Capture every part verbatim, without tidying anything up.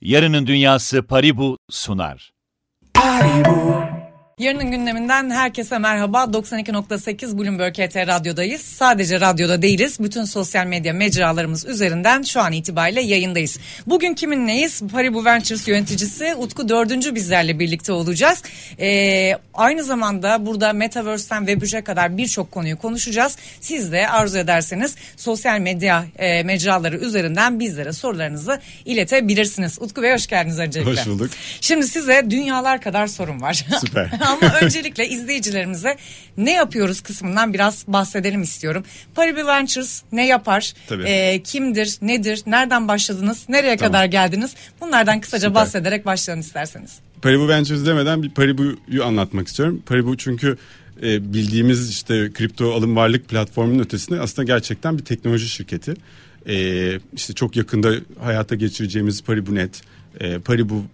Yarının Dünyası Paribu sunar. Paribu. Yarının gündeminden herkese merhaba. doksan iki nokta sekiz Bloomberg H T Radyo'dayız. Sadece radyoda değiliz. Bütün sosyal medya mecralarımız üzerinden şu an itibariyle yayındayız. Bugün kiminleyiz? Paribu Ventures yöneticisi Utku Dördüncü bizlerle birlikte olacağız. Ee, aynı zamanda burada Metaverse'ten Web üçe kadar birçok konuyu konuşacağız. Siz de arzu ederseniz sosyal medya e, mecraları üzerinden bizlere sorularınızı iletebilirsiniz. Utku Bey hoş geldiniz öncelikle. Hoş bulduk. Şimdi size dünyalar kadar sorum var. Süper. Ama öncelikle izleyicilerimize ne yapıyoruz kısmından biraz bahsedelim istiyorum. Paribu Ventures ne yapar? E, kimdir? Nedir? Nereden başladınız? Nereye tamam. kadar geldiniz? Bunlardan kısaca Süper. bahsederek başlayalım isterseniz. Paribu Ventures demeden bir Paribu'yu anlatmak istiyorum. Paribu çünkü e, bildiğimiz işte kripto alım varlık platformunun ötesinde aslında gerçekten bir teknoloji şirketi. E, işte çok yakında hayata geçireceğimiz ParibuNet, e, Paribu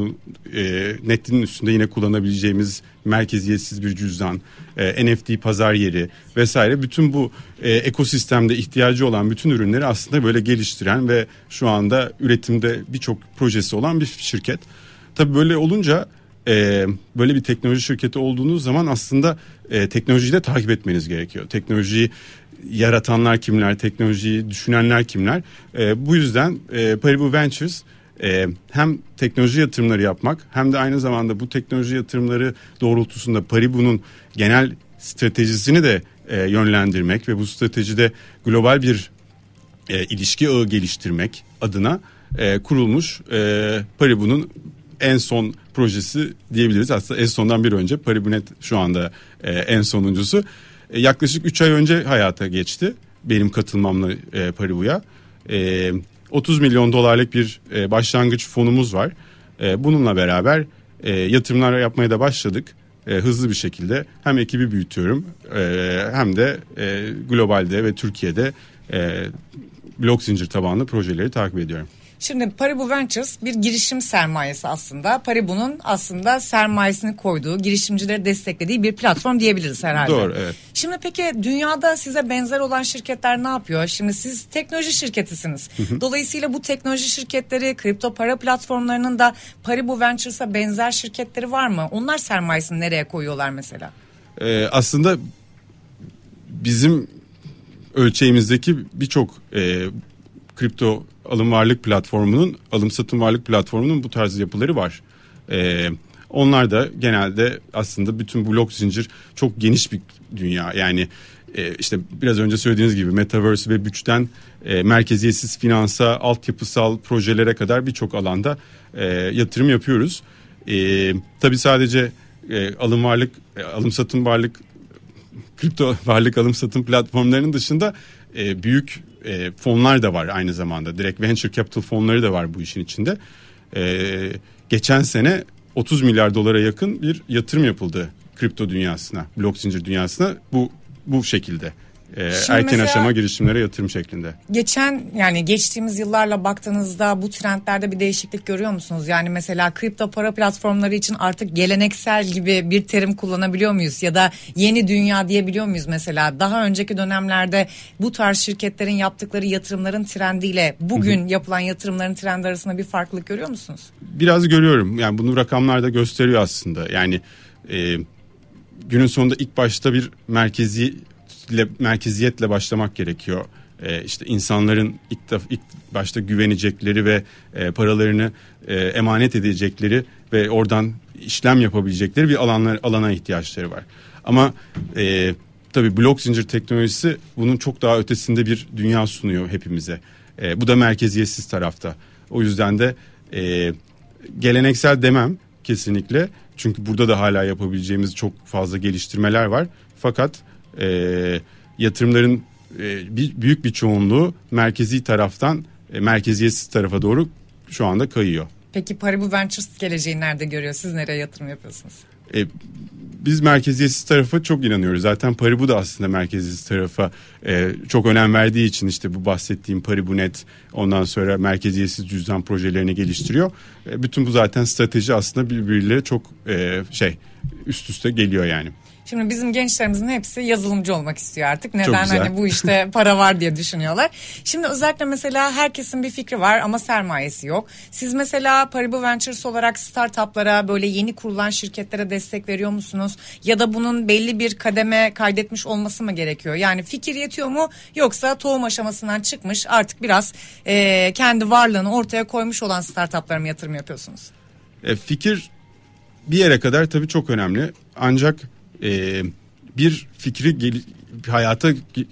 E, Net'in üstünde yine kullanabileceğimiz merkeziyetsiz bir cüzdan, e, N F T pazar yeri vesaire, bütün bu e, ekosistemde ihtiyacı olan bütün ürünleri aslında böyle geliştiren ve şu anda üretimde birçok projesi olan bir şirket. Tabii böyle olunca e, böyle bir teknoloji şirketi olduğunuz zaman aslında e, teknolojiyi de takip etmeniz gerekiyor. Teknolojiyi yaratanlar kimler, teknolojiyi düşünenler kimler? E, bu yüzden e, Paribu Ventures Ee, hem teknoloji yatırımları yapmak hem de aynı zamanda bu teknoloji yatırımları doğrultusunda Paribu'nun genel stratejisini de e, yönlendirmek ve bu stratejide global bir e, ilişki ağı geliştirmek adına e, kurulmuş e, Paribu'nun en son projesi diyebiliriz. Aslında en sondan bir önce ParibuNet şu anda e, en sonuncusu. E, yaklaşık üç ay önce hayata geçti benim katılmamla e, Paribu'ya. E, otuz milyon dolarlık bir e, başlangıç fonumuz var. E, bununla beraber e, yatırımlar yapmaya da başladık. E, hızlı bir şekilde hem ekibi büyütüyorum e, hem de e, globalde ve Türkiye'de e, blok zincir tabanlı projeleri takip ediyorum. Şimdi Paribu Ventures bir girişim sermayesi aslında. Paribu'nun aslında sermayesini koyduğu, girişimcileri desteklediği bir platform diyebiliriz herhalde. Doğru, evet. Şimdi peki dünyada size benzer olan şirketler ne yapıyor? Şimdi siz teknoloji şirketisiniz. Dolayısıyla bu teknoloji şirketleri, kripto para platformlarının da Paribu Ventures'a benzer şirketleri var mı? Onlar sermayesini nereye koyuyorlar mesela? Ee, aslında bizim ölçeğimizdeki birçok e, kripto alım varlık platformunun, alım satım varlık platformunun bu tarz yapıları var. Ee, onlar da genelde aslında bütün blok zincir çok geniş bir dünya. Yani e, işte biraz önce söylediğiniz gibi Metaverse ve üçten e, merkeziyetsiz finansa, altyapısal projelere kadar birçok alanda e, yatırım yapıyoruz. E, tabii sadece e, alım varlık, e, alım satım varlık, kripto varlık alım satım platformlarının dışında e, büyük E, fonlar da var aynı zamanda. Direkt venture capital fonları da var bu işin içinde. E, geçen sene otuz milyar dolara yakın bir yatırım yapıldı kripto dünyasına, blok zincir dünyasına bu bu şekilde. E, erken aşama girişimlere yatırım şeklinde. Geçen yani geçtiğimiz yıllarla baktığınızda bu trendlerde bir değişiklik görüyor musunuz? Yani mesela kripto para platformları için artık geleneksel gibi bir terim kullanabiliyor muyuz? Ya da yeni dünya diyebiliyor muyuz mesela? Daha önceki dönemlerde bu tarz şirketlerin yaptıkları yatırımların trendiyle bugün hı hı. yapılan yatırımların trendi arasında bir farklılık görüyor musunuz? Biraz görüyorum. Yani bunu rakamlar da gösteriyor aslında. Yani e, günün sonunda ilk başta bir merkezi merkeziyetle başlamak gerekiyor. Ee, işte insanların ilk, ilk başta güvenecekleri ve e, paralarını e, emanet edecekleri ve oradan işlem yapabilecekleri bir alanlar alana ihtiyaçları var. Ama e, tabii blok zincir teknolojisi bunun çok daha ötesinde bir dünya sunuyor hepimize. E, bu da merkeziyetsiz tarafta. O yüzden de e, geleneksel demem kesinlikle. Çünkü burada da hala yapabileceğimiz çok fazla geliştirmeler var. Fakat E, yatırımların e, bir, büyük bir çoğunluğu merkezi taraftan e, merkeziyetsiz tarafa doğru şu anda kayıyor. Peki Paribu Ventures geleceği nerede görüyor? Siz nereye yatırım yapıyorsunuz? E, biz merkeziyetsiz tarafa çok inanıyoruz. Zaten Paribu da aslında merkeziyetsiz tarafa e, çok önem verdiği için işte bu bahsettiğim ParibuNet, ondan sonra merkeziyetsiz cüzdan projelerini geliştiriyor. E, bütün bu zaten strateji aslında birbirleriyle çok e, şey üst üste geliyor yani. Şimdi bizim gençlerimizin hepsi yazılımcı olmak istiyor artık. Neden hani bu işte para var diye düşünüyorlar. Şimdi özellikle mesela herkesin bir fikri var ama sermayesi yok. Siz mesela Paribu Ventures olarak startuplara, böyle yeni kurulan şirketlere destek veriyor musunuz? Ya da bunun belli bir kademe kaydetmiş olması mı gerekiyor? Yani fikir yetiyor mu, yoksa tohum aşamasından çıkmış artık biraz e, kendi varlığını ortaya koymuş olan startuplara mı yatırım yapıyorsunuz? E, fikir bir yere kadar tabii çok önemli. Ancak e, bir fikri gel, hayata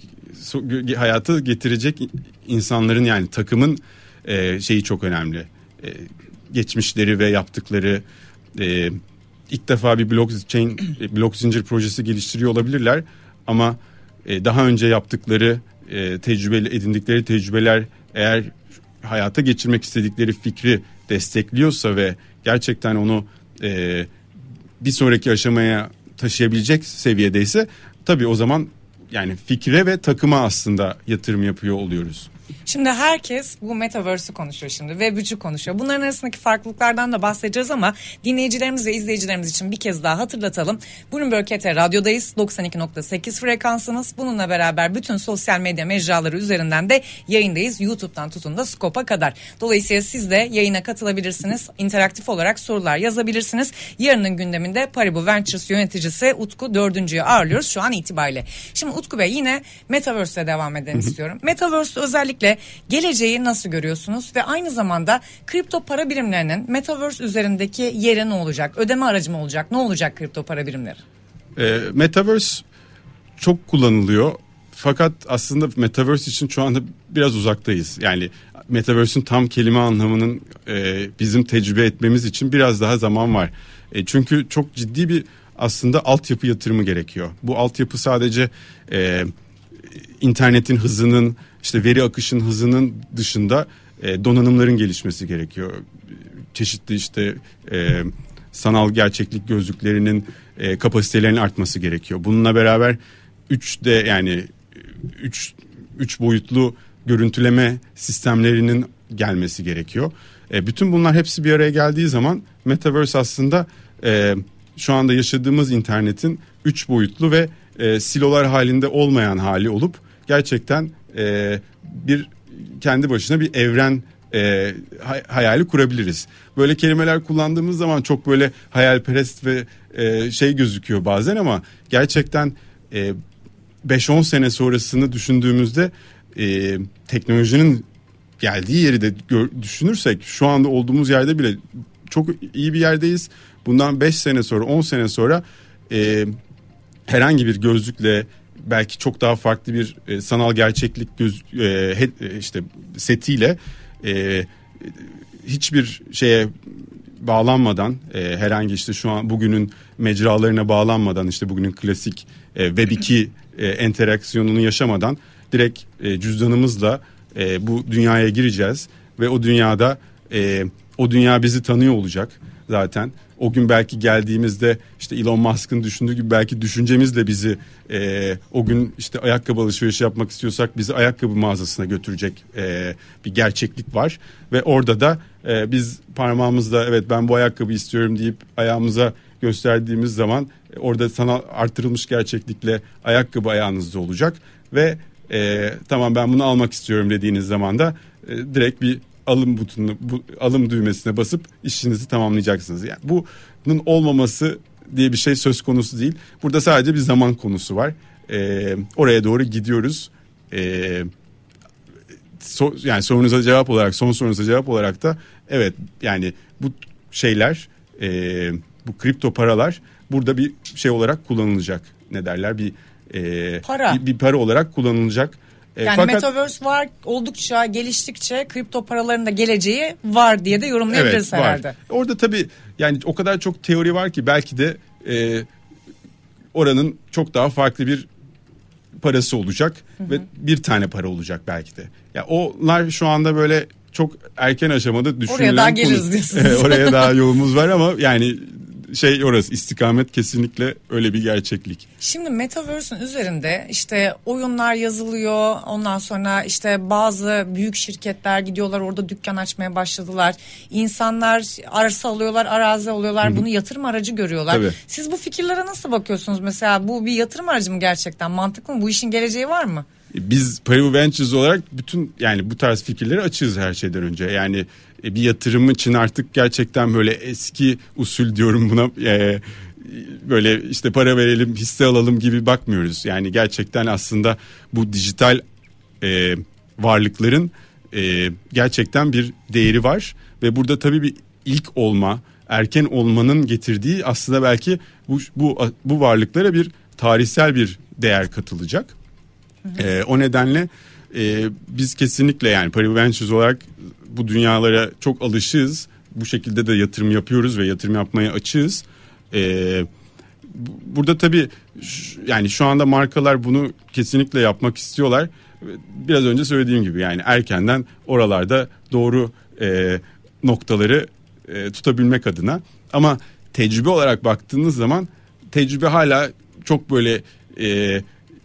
hayata getirecek insanların, yani takımın e, şeyi çok önemli. E, geçmişleri ve yaptıkları, e, ilk defa bir blockchain blok zincir projesi geliştiriyor olabilirler ama e, daha önce yaptıkları e, tecrübe edindikleri tecrübeler eğer hayata geçirmek istedikleri fikri destekliyorsa ve gerçekten onu e, bir sonraki aşamaya taşıyabilecek seviyedeyse, tabii o zaman yani fikre ve takıma aslında yatırım yapıyor oluyoruz. Şimdi herkes bu Metaverse'ü konuşuyor şimdi. Web üçü konuşuyor. Bunların arasındaki farklılıklardan da bahsedeceğiz ama dinleyicilerimiz ve izleyicilerimiz için bir kez daha hatırlatalım. Bloomberg K T Radyo'dayız. doksan iki nokta sekiz frekansımız. Bununla beraber bütün sosyal medya mecraları üzerinden de yayındayız. YouTube'dan tutun da Skop'a kadar. Dolayısıyla siz de yayına katılabilirsiniz. İnteraktif olarak sorular yazabilirsiniz. Yarının gündeminde Paribu Ventures yöneticisi Utku Dördüncü'yü ağırlıyoruz şu an itibariyle. Şimdi Utku Bey, yine Metaverse'le devam edelim istiyorum. Metaverse özellikle geleceği nasıl görüyorsunuz ve aynı zamanda kripto para birimlerinin Metaverse üzerindeki yeri ne olacak? Ödeme aracı mı olacak? Ne olacak kripto para birimleri? E, Metaverse çok kullanılıyor. Fakat aslında Metaverse için şu anda biraz uzaktayız. Yani Metaverse'ün tam kelime anlamının e, bizim tecrübe etmemiz için biraz daha zaman var. E, çünkü çok ciddi bir aslında altyapı yatırımı gerekiyor. Bu altyapı sadece e, internetin hızının, işte veri akışın hızının dışında e, donanımların gelişmesi gerekiyor. Çeşitli işte e, sanal gerçeklik gözlüklerinin e, kapasitelerinin artması gerekiyor. Bununla beraber üç D, yani üç boyutlu görüntüleme sistemlerinin gelmesi gerekiyor. E, bütün bunlar hepsi bir araya geldiği zaman Metaverse aslında e, şu anda yaşadığımız internetin üç boyutlu ve e, silolar halinde olmayan hali olup gerçekten e, bir kendi başına bir evren e, hay- hayali kurabiliriz. Böyle kelimeler kullandığımız zaman çok böyle hayalperest ve e, şey gözüküyor bazen ama gerçekten e, beş on sene sonrasını düşündüğümüzde e, teknolojinin geldiği yeri de gör, düşünürsek şu anda olduğumuz yerde bile çok iyi bir yerdeyiz. Bundan beş sene sonra, on sene sonra e, herhangi bir gözlükle, belki çok daha farklı bir e, sanal gerçeklik göz, e, he, işte setiyle e, hiçbir şeye bağlanmadan, e, herhangi işte şu an bugünün mecralarına bağlanmadan, işte bugünün klasik e, Web iki e, enteraksiyonunu yaşamadan direkt e, cüzdanımızla e, bu dünyaya gireceğiz ve o dünyada e, o dünya bizi tanıyor olacak zaten. O gün belki geldiğimizde işte Elon Musk'ın düşündüğü gibi belki düşüncemizle bizi e, o gün işte ayakkabı alışverişi yapmak istiyorsak bizi ayakkabı mağazasına götürecek e, bir gerçeklik var. Ve orada da e, biz parmağımızla evet ben bu ayakkabı istiyorum deyip ayağımıza gösterdiğimiz zaman e, orada sana artırılmış gerçeklikle ayakkabı ayağınızda olacak. Ve e, tamam ben bunu almak istiyorum dediğiniz zaman da e, direkt bir alım butonuna, bu, alım düğmesine basıp işinizi tamamlayacaksınız. Yani bunun olmaması diye bir şey söz konusu değil. Burada sadece bir zaman konusu var. Ee, oraya doğru gidiyoruz. Ee, so, yani sorunuza cevap olarak, son sorunuza cevap olarak da evet, yani bu şeyler, e, bu kripto paralar burada bir şey olarak kullanılacak. Ne derler? Bir e, para. Bir, bir para olarak kullanılacak. Yani Fakat, Metaverse var, oldukça geliştikçe kripto paraların da geleceği var diye de yorumlayabiliriz evet, herhalde. Var. Orada tabii yani o kadar çok teori var ki belki de e, oranın çok daha farklı bir parası olacak, hı hı, ve bir tane para olacak belki de. Ya yani onlar şu anda böyle çok erken aşamada düşünülen. Oraya daha geliriz diyorsunuz. Oraya daha yolumuz var ama yani şey orası, istikamet kesinlikle öyle bir gerçeklik. Şimdi Metaverse'ün üzerinde işte oyunlar yazılıyor. Ondan sonra işte bazı büyük şirketler gidiyorlar, orada dükkan açmaya başladılar. İnsanlar arsa alıyorlar, arazi alıyorlar. Hı-hı. Bunu yatırım aracı görüyorlar. Tabii. Siz bu fikirlere nasıl bakıyorsunuz? Mesela bu bir yatırım aracı mı gerçekten? Mantıklı mı? Bu işin geleceği var mı? Biz Paribu Ventures olarak bütün yani bu tarz fikirleri açığız her şeyden önce. Yani bir yatırım için artık gerçekten böyle eski usul diyorum buna, e, böyle işte para verelim hisse alalım gibi bakmıyoruz. Yani gerçekten aslında bu dijital e, varlıkların e, gerçekten bir değeri var ve burada tabii bir ilk olma, erken olmanın getirdiği aslında belki bu bu bu varlıklara bir tarihsel bir değer katılacak. Ee, o nedenle e, biz kesinlikle yani Paribu Ventures olarak bu dünyalara çok alışığız. Bu şekilde de yatırım yapıyoruz ve yatırım yapmaya açığız. Ee, burada tabii yani şu anda markalar bunu kesinlikle yapmak istiyorlar. Biraz önce söylediğim gibi yani erkenden oralarda doğru e, noktaları e, tutabilmek adına. Ama tecrübe olarak baktığınız zaman tecrübe hala çok böyle e,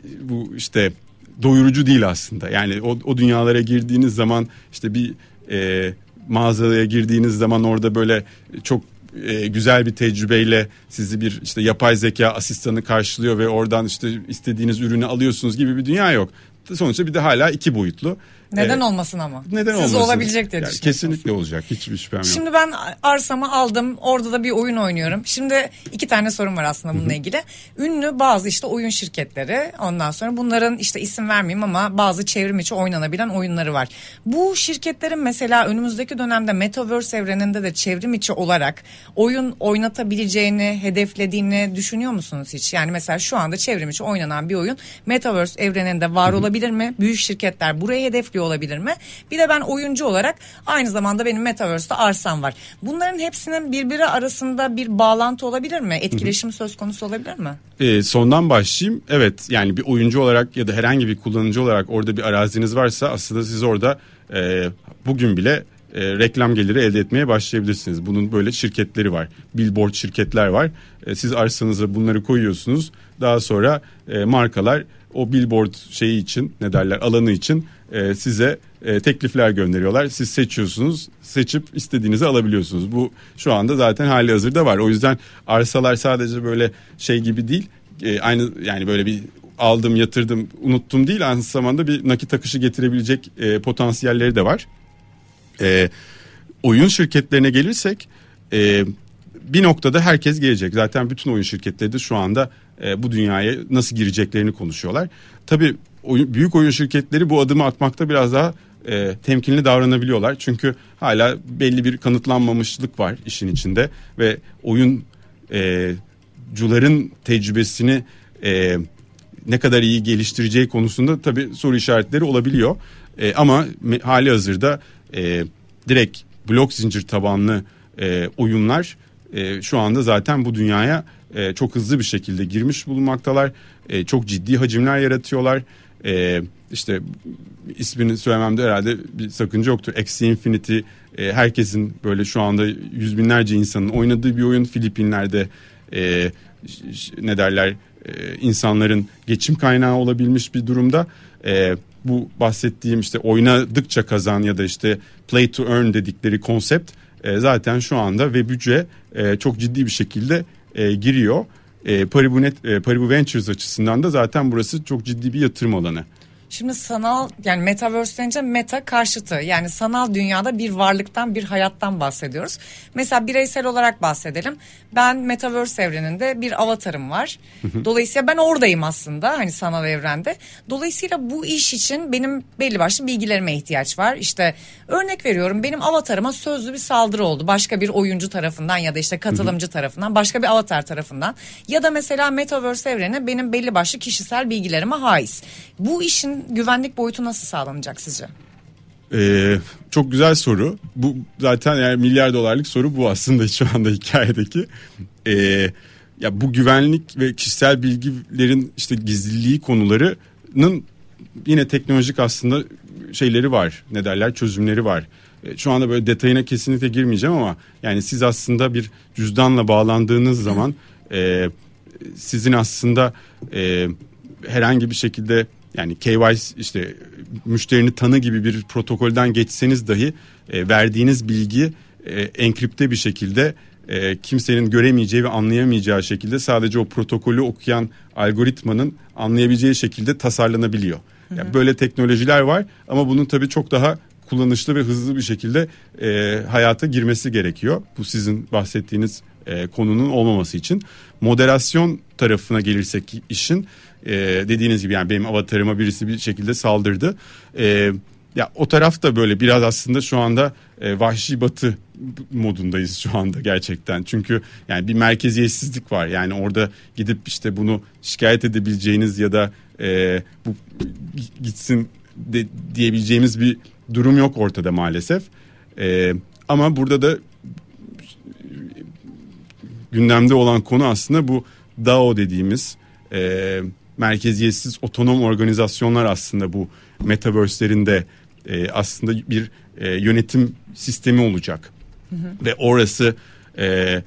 bu işte doyurucu değil aslında. Yani o, o dünyalara girdiğiniz zaman işte bir e, mağazaya girdiğiniz zaman orada böyle çok e, güzel bir tecrübeyle sizi bir işte yapay zeka asistanı karşılıyor ve oradan işte istediğiniz ürünü alıyorsunuz gibi bir dünya yok. Sonuçta bir de hala iki boyutlu. Neden ee, olmasın ama? Neden Siz olmasın? olabilecek diye yani düşünüyorsunuz. Kesinlikle olacak. Hiçbir şüphem yok. Şimdi ben arsamı aldım. Orada da bir oyun oynuyorum. Şimdi iki tane sorum var aslında bununla ilgili. Ünlü bazı işte oyun şirketleri. Ondan sonra bunların işte isim vermeyeyim ama bazı çevrim içi oynanabilen oyunları var. Bu şirketlerin mesela önümüzdeki dönemde Metaverse evreninde de çevrim içi olarak oyun oynatabileceğini, hedeflediğini düşünüyor musunuz hiç? Yani mesela şu anda çevrim içi oynanan bir oyun Metaverse evreninde var olabilir mi? Büyük şirketler burayı hedefliyor olabilir mi? Bir de ben oyuncu olarak aynı zamanda benim Metaverse'de arsam var. Bunların hepsinin birbiri arasında bir bağlantı olabilir mi? Etkileşim söz konusu olabilir mi? E, sondan başlayayım. Evet, yani bir oyuncu olarak ya da herhangi bir kullanıcı olarak orada bir araziniz varsa aslında siz orada e, bugün bile e, reklam geliri elde etmeye başlayabilirsiniz. Bunun böyle şirketleri var. Billboard şirketler var. E, siz arsanıza bunları koyuyorsunuz. Daha sonra e, markalar o billboard şeyi için, ne derler, alanı için e, size e, teklifler gönderiyorlar. Siz seçiyorsunuz, seçip istediğinizi alabiliyorsunuz. Bu şu anda zaten hali hazırda var. O yüzden arsalar sadece böyle şey gibi değil. E, aynı yani böyle bir aldım, yatırdım, unuttum değil. Aynı zamanda bir nakit akışı getirebilecek e, potansiyelleri de var. E, oyun şirketlerine gelirsek e, bir noktada herkes gelecek. Zaten bütün oyun şirketleri de şu anda e, bu dünyaya nasıl gireceklerini konuşuyorlar. Tabii oyun, büyük oyun şirketleri bu adımı atmakta biraz daha e, temkinli davranabiliyorlar. Çünkü hala belli bir kanıtlanmamışlık var işin içinde ve oyuncuların tecrübesini e, ne kadar iyi geliştireceği konusunda tabii soru işaretleri olabiliyor. E, ama me, hali hazırda e, direkt blok zincir tabanlı e, oyunlar e, şu anda zaten bu dünyaya e, çok hızlı bir şekilde girmiş bulunmaktalar. E, çok ciddi hacimler yaratıyorlar. E, işte ismini söylememde herhalde bir sakınca yoktur. Axie Infinity e, herkesin böyle şu anda yüz binlerce insanın oynadığı bir oyun. Filipinler'de e, ne derler e, insanların geçim kaynağı olabilmiş bir durumda. E, bu bahsettiğim işte oynadıkça kazan ya da işte play to earn dedikleri konsept e, zaten şu anda ve bütçe e, çok ciddi bir şekilde e, giriyor. E, Paribu, Net, e, Paribu Ventures açısından da zaten burası çok ciddi bir yatırım alanı. Şimdi sanal, yani Metaverse denince meta karşıtı, yani sanal dünyada bir varlıktan, bir hayattan bahsediyoruz. Mesela bireysel olarak bahsedelim. Ben Metaverse evreninde bir avatarım var. Dolayısıyla ben oradayım aslında, hani sanal evrende. Dolayısıyla bu iş için benim belli başlı bilgilerime ihtiyaç var. İşte örnek veriyorum, benim avatarıma sözlü bir saldırı oldu. Başka bir oyuncu tarafından ya da işte katılımcı tarafından, başka bir avatar tarafından. Ya da mesela Metaverse evreni benim belli başlı kişisel bilgilerime haiz. Bu işin güvenlik boyutu nasıl sağlanacak sizce? Ee, çok güzel soru. Bu zaten yani milyar dolarlık soru bu aslında şu anda hikayedeki. Ee, ya bu güvenlik ve kişisel bilgilerin işte gizliliği konularının yine teknolojik aslında şeyleri var. Ne derler? Çözümleri var. e, şu anda böyle detayına kesinlikle girmeyeceğim ama yani siz aslında bir cüzdanla bağlandığınız zaman e, sizin aslında e, herhangi bir şekilde yani K Y C işte müşterini tanı gibi bir protokolden geçseniz dahi e, verdiğiniz bilgi e, enkripte bir şekilde e, kimsenin göremeyeceği ve anlayamayacağı şekilde sadece o protokolü okuyan algoritmanın anlayabileceği şekilde tasarlanabiliyor. Yani böyle teknolojiler var ama bunun tabii çok daha kullanışlı ve hızlı bir şekilde e, hayata girmesi gerekiyor. Bu sizin bahsettiğiniz e, konunun olmaması için. Moderasyon tarafına gelirsek işin e, dediğiniz gibi yani benim avatarıma birisi bir şekilde saldırdı. E, ya o taraf da böyle biraz aslında şu anda e, vahşi batı modundayız şu anda gerçekten. Çünkü yani bir merkeziyetsizlik var. Yani orada gidip işte bunu şikayet edebileceğiniz ya da e, bu gitsin de, diyebileceğimiz bir durum yok ortada maalesef. E, ama burada da gündemde olan konu aslında bu D A O dediğimiz e, merkeziyetsiz otonom organizasyonlar aslında bu metaverse'lerin de e, aslında bir e, yönetim sistemi olacak. Hı hı. Ve orası e,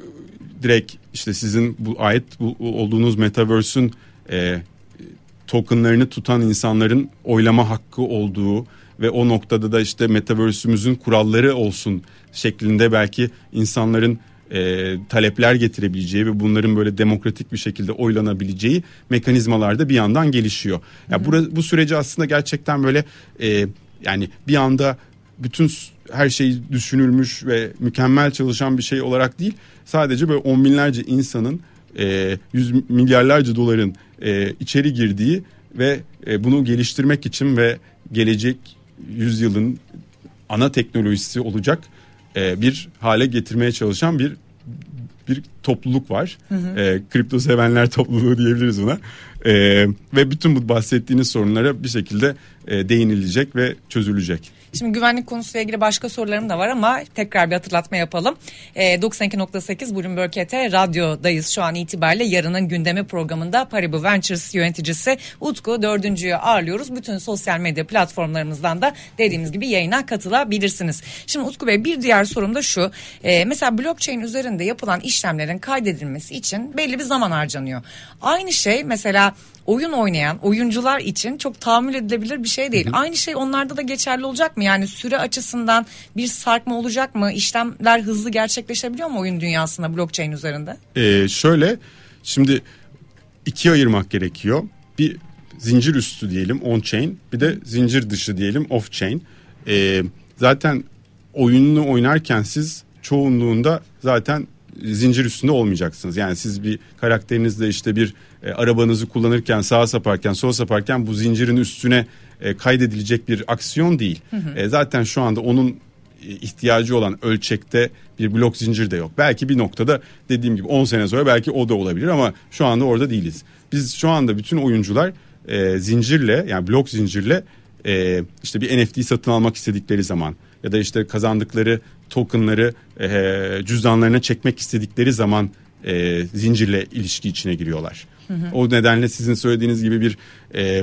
direkt işte sizin bu ait bu, olduğunuz metaverse'ün e, tokenlarını tutan insanların oylama hakkı olduğu ve o noktada da işte metaverse'ümüzün kuralları olsun şeklinde belki insanların e, talepler getirebileceği ve bunların böyle demokratik bir şekilde oylanabileceği mekanizmalar da bir yandan gelişiyor. Ya yani bu, bu süreci aslında gerçekten böyle e, yani bir anda bütün her şey düşünülmüş ve mükemmel çalışan bir şey olarak değil, sadece böyle on binlerce insanın e, yüz milyarlarca doların e, içeri girdiği ve e, bunu geliştirmek için ve gelecek yüzyılın ana teknolojisi olacak e, bir hale getirmeye çalışan bir bir topluluk var. Hı hı. E, kripto sevenler topluluğu diyebiliriz buna. E, ve bütün bu bahsettiğiniz sorunlara bir şekilde e, değinilecek ve çözülecek. Şimdi güvenlik konusuyla ilgili başka sorularım da var ama tekrar bir hatırlatma yapalım. E, doksan iki nokta sekiz Bloomberg H T Radyo'dayız şu an itibariyle. Yarının gündemi programında Paribu Ventures yöneticisi Utku Dördüncü'yü ağırlıyoruz. Bütün sosyal medya platformlarımızdan da dediğimiz gibi yayına katılabilirsiniz. Şimdi Utku Bey, bir diğer sorum da şu. E, mesela blockchain üzerinde yapılan işlemlerin kaydedilmesi için belli bir zaman harcanıyor. Aynı şey mesela oyun oynayan oyuncular için çok tahammül edilebilir bir şey değil. Hı hı. Aynı şey onlarda da geçerli olacak mı? Yani süre açısından bir sarkma olacak mı? İşlemler hızlı gerçekleşebiliyor mu oyun dünyasında blockchain üzerinde? Ee, şöyle şimdi ikiye ayırmak gerekiyor. Bir zincir üstü diyelim on-chain, bir de zincir dışı diyelim off-chain. Ee, zaten oyununu oynarken siz çoğunluğunda zaten zincir üstünde olmayacaksınız. Yani siz bir karakterinizle işte bir e, arabanızı kullanırken sağa saparken sola saparken bu zincirin üstüne e, kaydedilecek bir aksiyon değil. Hı hı. E, zaten şu anda onun e, ihtiyacı olan ölçekte bir blok zincir de yok. Belki bir noktada dediğim gibi on sene sonra belki o da olabilir ama şu anda orada değiliz. Biz şu anda bütün oyuncular e, zincirle yani blok zincirle e, işte bir N F T satın almak istedikleri zaman ya da işte kazandıkları tokenları e, cüzdanlarına çekmek istedikleri zaman e, zincirle ilişki içine giriyorlar. Hı hı. O nedenle sizin söylediğiniz gibi bir e,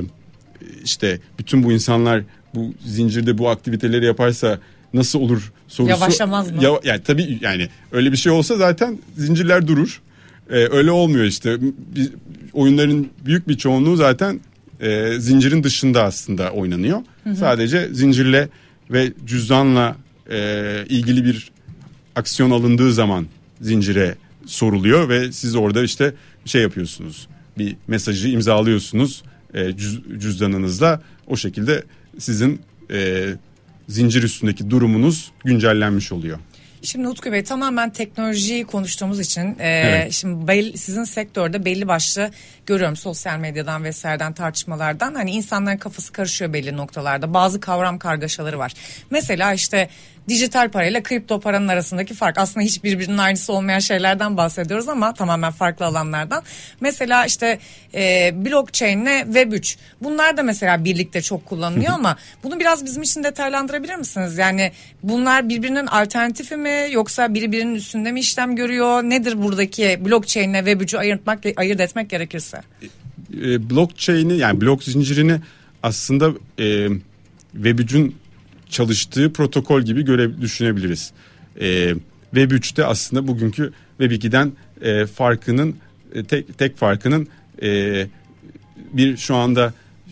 işte bütün bu insanlar bu zincirde bu aktiviteleri yaparsa nasıl olur sorusu. Yavaşlamaz mı? Ya, yani tabii yani öyle bir şey olsa zaten zincirler durur. E, öyle olmuyor işte. Bir, oyunların büyük bir çoğunluğu zaten e, zincirin dışında aslında oynanıyor. Hı hı. Sadece zincirle ve cüzdanla e, ilgili bir aksiyon alındığı zaman zincire soruluyor ve siz orada işte şey yapıyorsunuz, bir mesajı imzalıyorsunuz e, cüz, cüzdanınızla, o şekilde sizin e, zincir üstündeki durumunuz güncellenmiş oluyor. Şimdi Utku Bey, tamamen teknolojiyi konuştuğumuz için e, evet. Şimdi belli, sizin sektörde belli başlı görüyorum sosyal medyadan vesaireden tartışmalardan, hani insanların kafası karışıyor belli noktalarda, bazı kavram kargaşaları var. Mesela işte dijital parayla kripto paranın arasındaki fark, aslında hiç birbirinin aynısı olmayan şeylerden bahsediyoruz ama tamamen farklı alanlardan. Mesela işte e, blockchain ile web üç, bunlar da mesela birlikte çok kullanılıyor ama bunu biraz bizim için detaylandırabilir misiniz? Yani bunlar birbirinin alternatifi mi, yoksa biri birinin üstünde mi işlem görüyor? Nedir buradaki blockchain ile web üçü ayırtmak, ayırt etmek gerekirse? E, blockchain'i yani blok zincirini aslında e, web üçün çalıştığı protokol gibi göre düşünebiliriz. E, Web üçte aslında bugünkü Web ikiden e, farkının e, tek tek farkının e, bir şu anda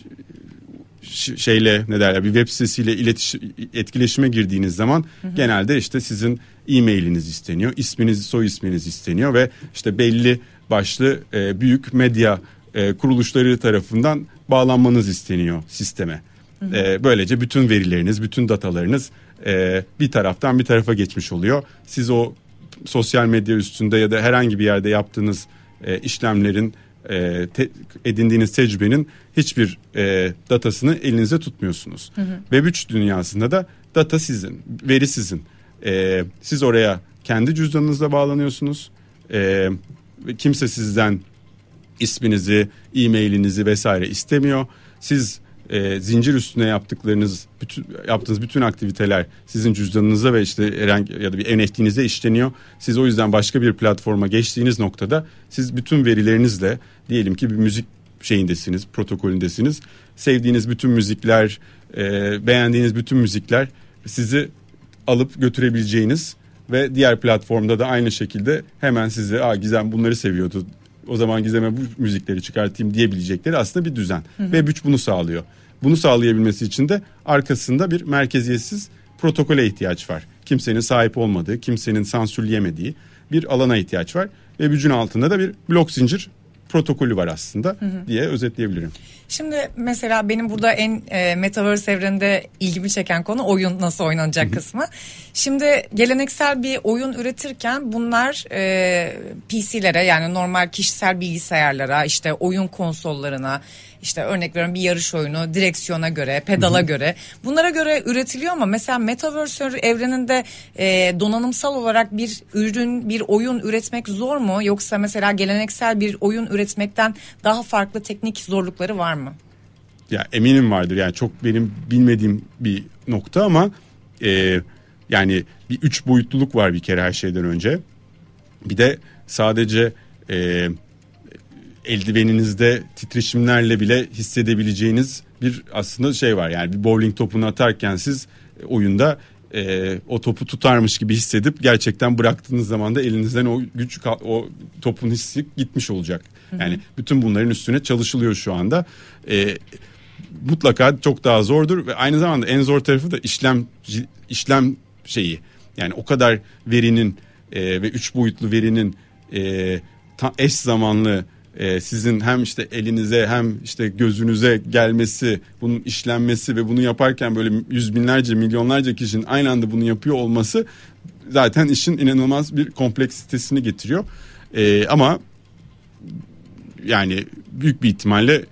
şeyle ne derler bir web sitesiyle iletiş, etkileşime girdiğiniz zaman hı hı. genelde işte sizin e-mailiniz isteniyor, isminiz, soy isminiz isteniyor ve işte belli başlı e, büyük medya e, kuruluşları tarafından bağlanmanız isteniyor sisteme. Hı hı. E, böylece bütün verileriniz, bütün datalarınız e, bir taraftan bir tarafa geçmiş oluyor. Siz o sosyal medya üstünde ya da herhangi bir yerde yaptığınız e, işlemlerin E, te, edindiğiniz tecrübenin hiçbir e, datasını elinize tutmuyorsunuz. Hı hı. Web üç dünyasında da data sizin, veri sizin. E, siz oraya kendi cüzdanınızla bağlanıyorsunuz. E, kimse sizden isminizi, e-mailinizi vesaire istemiyor. Siz e, zincir üstüne yaptıklarınız, bütün, yaptığınız bütün aktiviteler sizin cüzdanınıza ve işte herhangi ya da bir N F T'nize işleniyor. Siz o yüzden başka bir platforma geçtiğiniz noktada siz bütün verilerinizle diyelim ki bir müzik şeyindesiniz, protokolündesiniz. Sevdiğiniz bütün müzikler, e, beğendiğiniz bütün müzikler sizi alıp götürebileceğiniz ve diğer platformda da aynı şekilde hemen size "Aa, Gizem bunları seviyordu. O zaman Gizem'e bu müzikleri çıkartayım" diyebilecekleri aslında bir düzen. Hı hı. Web üç bunu sağlıyor. Bunu sağlayabilmesi için de arkasında bir merkeziyetsiz protokole ihtiyaç var. Kimsenin sahip olmadığı, kimsenin sansürleyemediği bir alana ihtiyaç var. Web üçün altında da bir blok zincir protokolü var aslında hı hı. diye özetleyebilirim. Şimdi mesela benim burada en e, Metaverse evreninde ilgimi çeken konu oyun nasıl oynanacak hı hı. kısmı. Şimdi geleneksel bir oyun üretirken bunlar e, P C'lere yani normal kişisel bilgisayarlara, işte oyun konsollarına, işte örnek veriyorum bir yarış oyunu direksiyona göre, pedala hı hı. göre bunlara göre üretiliyor ama mesela Metaverse evreninde e, donanımsal olarak bir ürün, bir oyun üretmek zor mu? Yoksa mesela geleneksel bir oyun üretmekten daha farklı teknik zorlukları var mı? Ya eminim vardır. Yani çok benim bilmediğim bir nokta ama e, yani bir üç boyutluluk var bir kere her şeyden önce. Bir de sadece e, eldiveninizde titreşimlerle bile hissedebileceğiniz bir aslında şey var. Yani bir bowling topunu atarken siz oyunda e, o topu tutarmış gibi hissedip gerçekten bıraktığınız zaman da elinizden o güç, o topun hissi gitmiş olacak. Hı hı. Yani bütün bunların üstüne çalışılıyor şu anda. E, mutlaka çok daha zordur ve aynı zamanda en zor tarafı da işlem işlem şeyi. Yani o kadar verinin e, ve üç boyutlu verinin e, ta, eş zamanlı e, sizin hem işte elinize hem işte gözünüze gelmesi, bunun işlenmesi ve bunu yaparken böyle yüz binlerce milyonlarca kişinin aynı anda bunu yapıyor olması zaten işin inanılmaz bir kompleksitesini getiriyor. E, ama yani büyük bir ihtimalle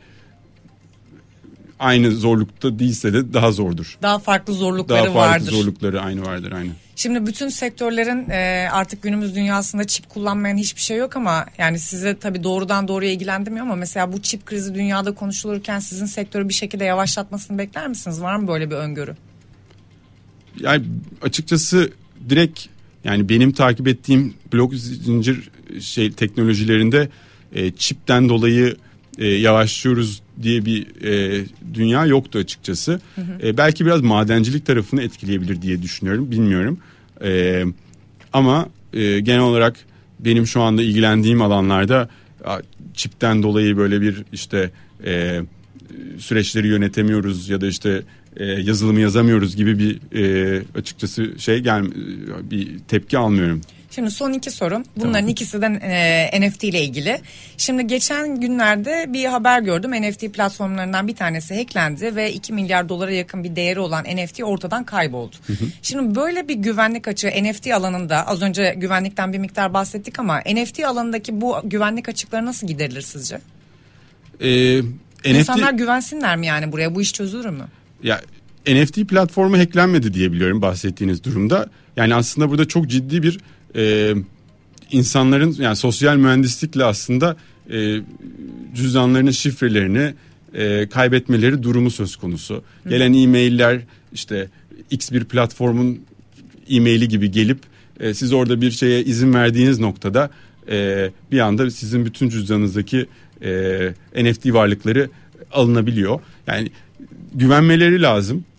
aynı zorlukta değilse de daha zordur. Daha farklı zorlukları vardır. Daha farklı vardır. zorlukları aynı vardır aynı. Şimdi bütün sektörlerin e, artık günümüz dünyasında çip kullanmayan hiçbir şey yok ama yani size tabii doğrudan doğruya ilgilendirmiyor ama mesela bu çip krizi dünyada konuşulurken sizin sektörü bir şekilde yavaşlatmasını bekler misiniz? Var mı böyle bir öngörü? Yani açıkçası direkt yani benim takip ettiğim blok zincir şey teknolojilerinde e, çipten dolayı e, yavaşlıyoruz diye bir e, dünya yoktu açıkçası. Hı hı. E, belki biraz madencilik tarafını etkileyebilir diye düşünüyorum. Bilmiyorum. E, ama e, genel olarak benim şu anda ilgilendiğim alanlarda çipten dolayı böyle bir işte e, süreçleri yönetemiyoruz ya da işte e, yazılımı yazamıyoruz gibi bir e, açıkçası şey gel bir tepki almıyorum. Şimdi son iki sorum. Bunların tamam. ikisi de e, N F T ile ilgili. Şimdi geçen günlerde bir haber gördüm. N F T platformlarından bir tanesi hacklendi ve iki milyar dolara yakın bir değeri olan N F T ortadan kayboldu. Hı hı. Şimdi böyle bir güvenlik açığı N F T alanında, az önce güvenlikten bir miktar bahsettik ama N F T alanındaki bu güvenlik açıkları nasıl giderilir sizce? Ee, İnsanlar N F T... güvensinler mi yani buraya? Bu iş çözülür mü? Ya N F T platformu hacklenmedi diye biliyorum bahsettiğiniz durumda. Yani aslında burada çok ciddi bir e, insanların yani sosyal mühendislikle aslında e, cüzdanlarının şifrelerini e, kaybetmeleri durumu söz konusu. Hı. Gelen e-mailler işte X bir platformun e-maili gibi gelip e, siz orada bir şeye izin verdiğiniz noktada e, bir anda sizin bütün cüzdanınızdaki e, N F T varlıkları alınabiliyor. Yani güvenmeleri lazım.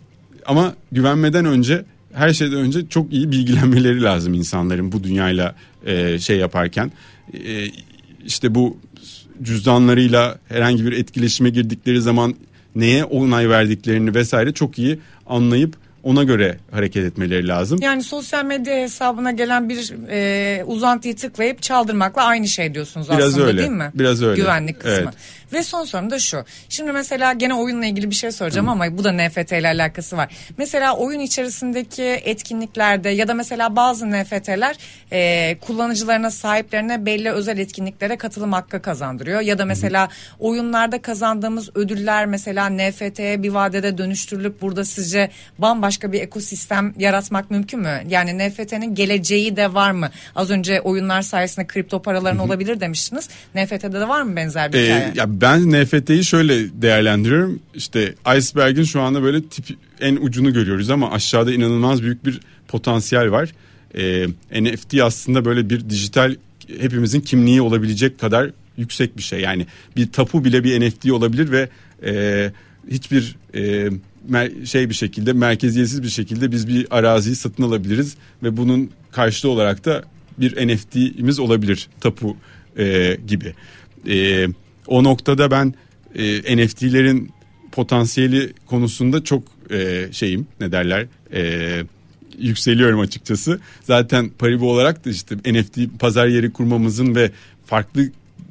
ama güvenmeden önce, her şeyden önce çok iyi bilgilenmeleri lazım insanların bu dünyayla e, şey yaparken. E, işte bu cüzdanlarıyla herhangi bir etkileşime girdikleri zaman neye onay verdiklerini vesaire çok iyi anlayıp ona göre hareket etmeleri lazım. Yani sosyal medya hesabına gelen bir e, uzantıyı tıklayıp çaldırmakla aynı şey diyorsunuz biraz aslında öyle, değil mi? Biraz öyle. Güvenlik kısmı. Evet. Ve son sorum da şu. Şimdi mesela gene oyunla ilgili bir şey soracağım, Hı. ama bu da N F T ile alakası var. Mesela oyun içerisindeki etkinliklerde ya da mesela bazı N F T'ler e, kullanıcılarına, sahiplerine belli özel etkinliklere katılım hakkı kazandırıyor. Ya da mesela Hı. oyunlarda kazandığımız ödüller mesela N F T'ye bir vadede dönüştürülüp burada sizce bambaşka bir ekosistem yaratmak mümkün mü? Yani N F T'nin geleceği de var mı? Az önce oyunlar sayesinde kripto paraların Hı. olabilir demiştiniz. N F T'de de var mı benzer bir ee, hikaye? Ya ben N F T'yi şöyle değerlendiriyorum. İşte iceberg'in şu anda böyle tip, en ucunu görüyoruz ama aşağıda inanılmaz büyük bir potansiyel var. Ee, N F T aslında böyle bir dijital, hepimizin kimliği olabilecek kadar yüksek bir şey. Yani bir tapu bile bir N F T olabilir ve e, hiçbir e, mer- şey bir şekilde, merkeziyetsiz bir şekilde biz bir araziyi satın alabiliriz ve bunun karşılığı olarak da bir N F T'imiz olabilir, tapu e, gibi. E, o noktada ben e, N F T'lerin potansiyeli konusunda çok e, şeyim, ne derler, e, yükseliyorum açıkçası. Zaten Paribu olarak da işte N F T pazar yeri kurmamızın ve farklı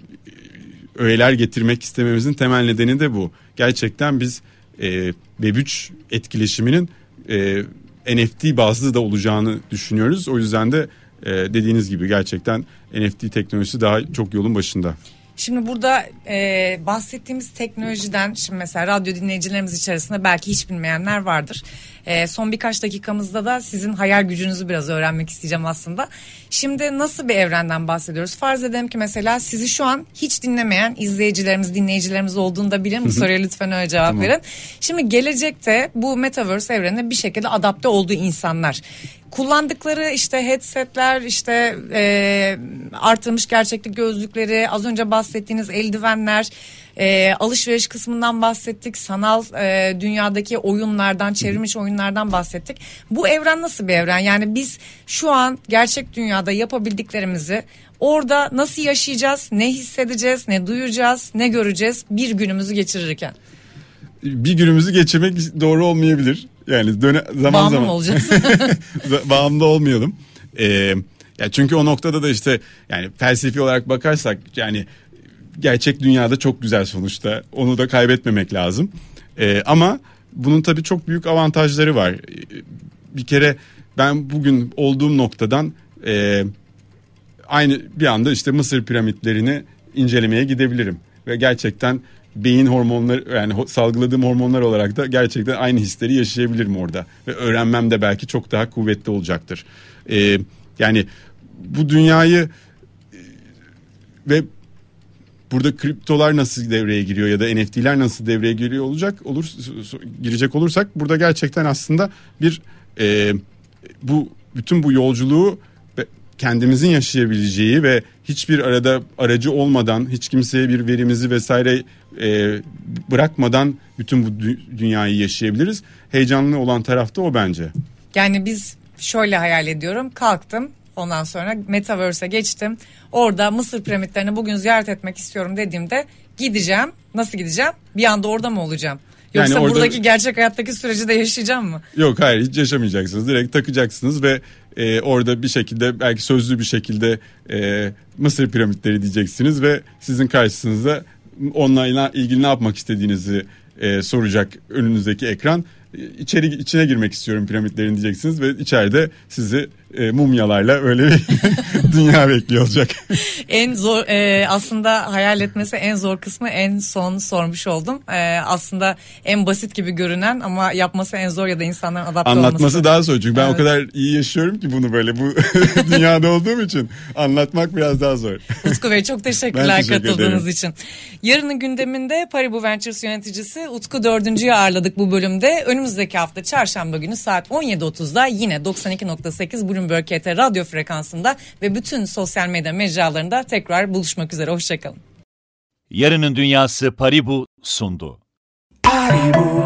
öğeler getirmek istememizin temel nedeni de bu. Gerçekten biz e, Web üç etkileşiminin e, N F T bazlı da olacağını düşünüyoruz. O yüzden de e, dediğiniz gibi gerçekten N F T teknolojisi daha çok yolun başında. Şimdi burada e, bahsettiğimiz teknolojiden, şimdi mesela radyo dinleyicilerimiz içerisinde belki hiç bilmeyenler vardır. E, son birkaç dakikamızda da sizin hayal gücünüzü biraz öğrenmek isteyeceğim aslında. Şimdi nasıl bir evrenden bahsediyoruz? Farz edelim ki mesela sizi şu an hiç dinlemeyen izleyicilerimiz, dinleyicilerimiz olduğunu da bilin. Bu soruya lütfen öyle cevap tamam. verin. Şimdi gelecekte bu Metaverse evrenine bir şekilde adapte olduğu insanlar, kullandıkları işte headsetler, işte e, artırmış gerçeklik gözlükleri, az önce bahsettiğiniz eldivenler, e, alışveriş kısmından bahsettik, sanal e, dünyadaki oyunlardan, çevrilmiş oyunlardan bahsettik. Bu evren nasıl bir evren? Yani biz şu an gerçek dünyada yapabildiklerimizi orada nasıl yaşayacağız, ne hissedeceğiz, ne duyacağız, ne göreceğiz bir günümüzü geçirirken? Bir günümüzü geçirmek doğru olmayabilir. Yani döne, zaman Bağımlı zaman. mı olacağız? Bağımlı olmayalım. Ee, ya çünkü o noktada da işte yani felsefi olarak bakarsak yani gerçek dünyada çok güzel sonuçta. Onu da kaybetmemek lazım. Ee, ama bunun tabii çok büyük avantajları var. Bir kere ben bugün olduğum noktadan e, aynı bir anda işte Mısır piramitlerini incelemeye gidebilirim ve gerçekten beyin hormonları, yani salgıladığım hormonlar olarak da gerçekten aynı hisleri yaşayabilirim orada ve öğrenmem de belki çok daha kuvvetli olacaktır. Ee, yani bu dünyayı e, ve burada kriptolar nasıl devreye giriyor ya da N F T'ler nasıl devreye giriyor olacak olur girecek olursak burada gerçekten aslında bir e, bu bütün bu yolculuğu kendimizin yaşayabileceği ve hiçbir arada aracı olmadan, hiç kimseye bir verimizi vesaire e, bırakmadan bütün bu dü- dünyayı yaşayabiliriz. Heyecanlı olan taraf da o bence. Yani biz şöyle hayal ediyorum, kalktım, ondan sonra Metaverse'e geçtim. Orada Mısır piramitlerini bugün ziyaret etmek istiyorum dediğimde gideceğim. Nasıl gideceğim? Bir anda orada mı olacağım? Yoksa yani orada, buradaki gerçek hayattaki süreci de yaşayacağım mı? Yok, hayır, hiç yaşamayacaksınız. Direkt takacaksınız ve e, orada bir şekilde, belki sözlü bir şekilde e, Mısır piramitleri diyeceksiniz ve sizin karşınızda onunla ilgili ne yapmak istediğinizi e, soracak önünüzdeki ekran. İçeri içine girmek istiyorum piramitlerin diyeceksiniz ve içeride sizi e, mumyalarla öyle bir dünya bekliyor olacak. En zor e, aslında hayal etmesi en zor kısmı en son sormuş oldum. E, aslında en basit gibi görünen ama yapması en zor ya da insanların adapte Anlatması olması. Anlatması daha zor çünkü ben evet. o kadar iyi yaşıyorum ki bunu böyle bu dünyada olduğum için anlatmak biraz daha zor. Utku Bey çok teşekkürler teşekkür katıldığınız ederim. için. Yarının gündeminde Paribu Ventures yöneticisi Utku Dördüncü'yü ağırladık bu bölümde. Önümüzdeki hafta çarşamba günü saat on yedi otuzda yine doksan iki nokta sekiz Bloomberg K T radyo frekansında ve bütün sosyal medya mecralarında tekrar buluşmak üzere. Hoşçakalın. Yarının Dünyası Paribu sundu. Paribu.